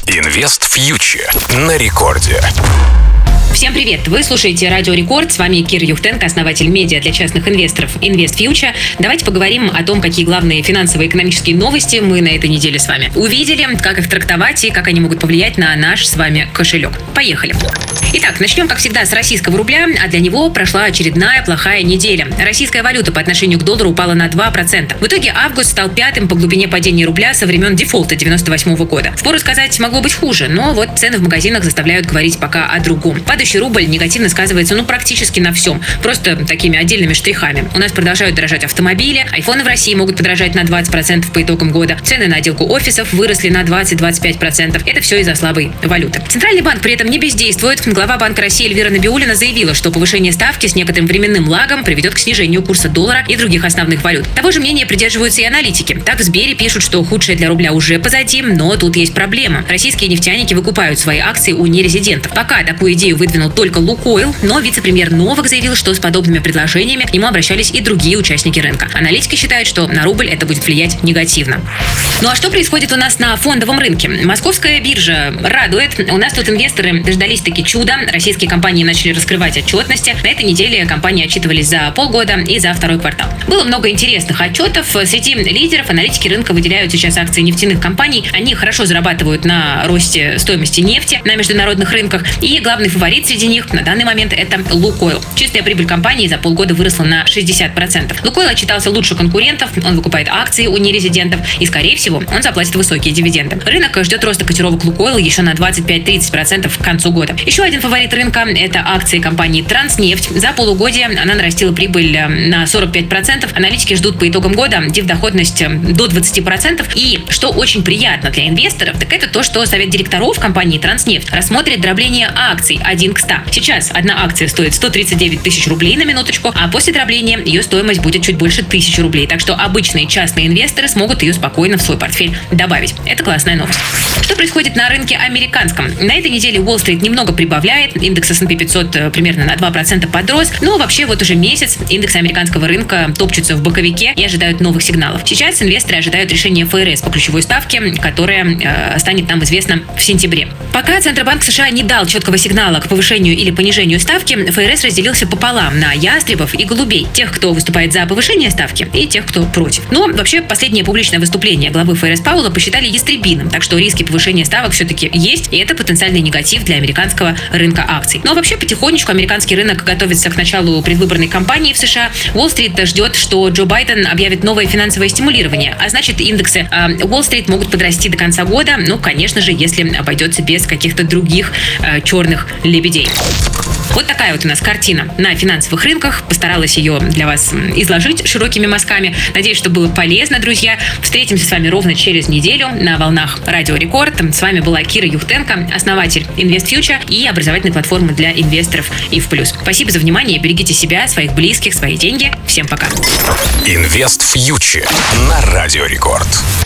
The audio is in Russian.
Инвест Фьючер на рекорде. Всем привет! Вы слушаете Радио Рекорд. С вами Кира Юхтенко, основатель медиа для частных инвесторов Инвест Фьючер. Давайте поговорим о том, какие главные финансовые и экономические новости мы на этой неделе с вами увидели, как их трактовать и как они могут повлиять на наш с вами кошелек. Поехали! Итак, начнем, как всегда, с российского рубля, а для него прошла очередная плохая неделя. Российская валюта по отношению к доллару упала на 2%. В итоге август стал пятым по глубине падения рубля со времен дефолта 98 года. Впору сказать, могло быть хуже, но вот цены в магазинах заставляют говорить пока о другом. Падающий рубль негативно сказывается практически на всем, просто такими отдельными штрихами. У нас продолжают дорожать автомобили, айфоны в России могут подорожать на 20% по итогам года, цены на отделку офисов выросли на 20-25%. Это все из-за слабой валюты. Центральный банк при этом не бездействует. Глава Банка России Эльвира Набиуллина заявила, что повышение ставки с некоторым временным лагом приведет к снижению курса доллара и других основных валют. Того же мнения придерживаются и аналитики. Так в Сбере пишут, что худшее для рубля уже позади, но тут есть проблема. Российские нефтяники выкупают свои акции у нерезидентов. Пока такую идею выдвинул только Лукойл, но вице-премьер Новак заявил, что с подобными предложениями к нему обращались и другие участники рынка. Аналитики считают, что на рубль это будет влиять негативно. Ну а что происходит у нас на фондовом рынке? Московская биржа радует. У нас тут инвесторы дождались таки чуда. Российские компании начали раскрывать отчетности. На этой неделе компании отчитывались за полгода и за второй квартал. Было много интересных отчетов. Среди лидеров аналитики рынка выделяют сейчас акции нефтяных компаний. Они хорошо зарабатывают на росте стоимости нефти на международных рынках. И главный фаворит среди них на данный момент это Лукойл. Чистая прибыль компании за полгода выросла на 60%. Лукойл отчитался лучше конкурентов, он выкупает акции у нерезидентов и, скорее всего, он заплатит высокие дивиденды. Рынок ждет роста котировок Лукойл еще на 25-30% к концу года. Еще один фаворит рынка – это акции компании Транснефть. За полугодие она нарастила прибыль на 45%. Аналитики ждут по итогам года дивдоходность до 20%. И что очень приятно для инвесторов, так это то, что совет директоров компании Транснефть рассмотрит дробление акций 1 к 100. Сейчас одна акция стоит 139 тысяч рублей на минуточку, а после дробления ее стоимость будет чуть больше 1000 рублей. Так что обычные частные инвесторы смогут ее спокойно в свой портфель добавить. Это классная новость. Что происходит на рынке американском? На этой неделе Уолл-стрит немного прибавляет. Индекс S&P 500 примерно на 2% подрос. Но вообще вот уже месяц индексы американского рынка топчутся в боковике и ожидают новых сигналов. Сейчас инвесторы ожидают решения ФРС по ключевой ставке, которая станет нам известна в сентябре. Пока Центробанк США не дал четкого сигнала к повышению или понижению ставки, ФРС разделился пополам на ястребов и голубей. Тех, кто выступает за повышение ставки, и тех, кто против. Но вообще последнее публичное выступление главы ФРС Пауэлла посчитали ястребиным, так что риски повышения ставок все-таки есть, и это потенциальный негатив для американского рынка акций. Но вообще потихонечку американский рынок готовится к началу предвыборной кампании в США. Уолл-стрит ждет, что Джо Байден объявит новое финансовое стимулирование, а значит индексы Уолл-стрит могут подрасти до конца года, конечно же, если обойдется без каких-то других черных лебедей. Вот такая вот у нас картина на финансовых рынках. Постаралась ее для вас изложить широкими мазками. Надеюсь, что было полезно, друзья. Встретимся с вами ровно через неделю на волнах Радио Рекорд. С вами была Кира Юхтенко, основатель Инвест Фьючер и образовательной платформы для инвесторов ИФ+. Спасибо за внимание. Берегите себя, своих близких, свои деньги. Всем пока. Инвест Фьючер на Радио Рекорд.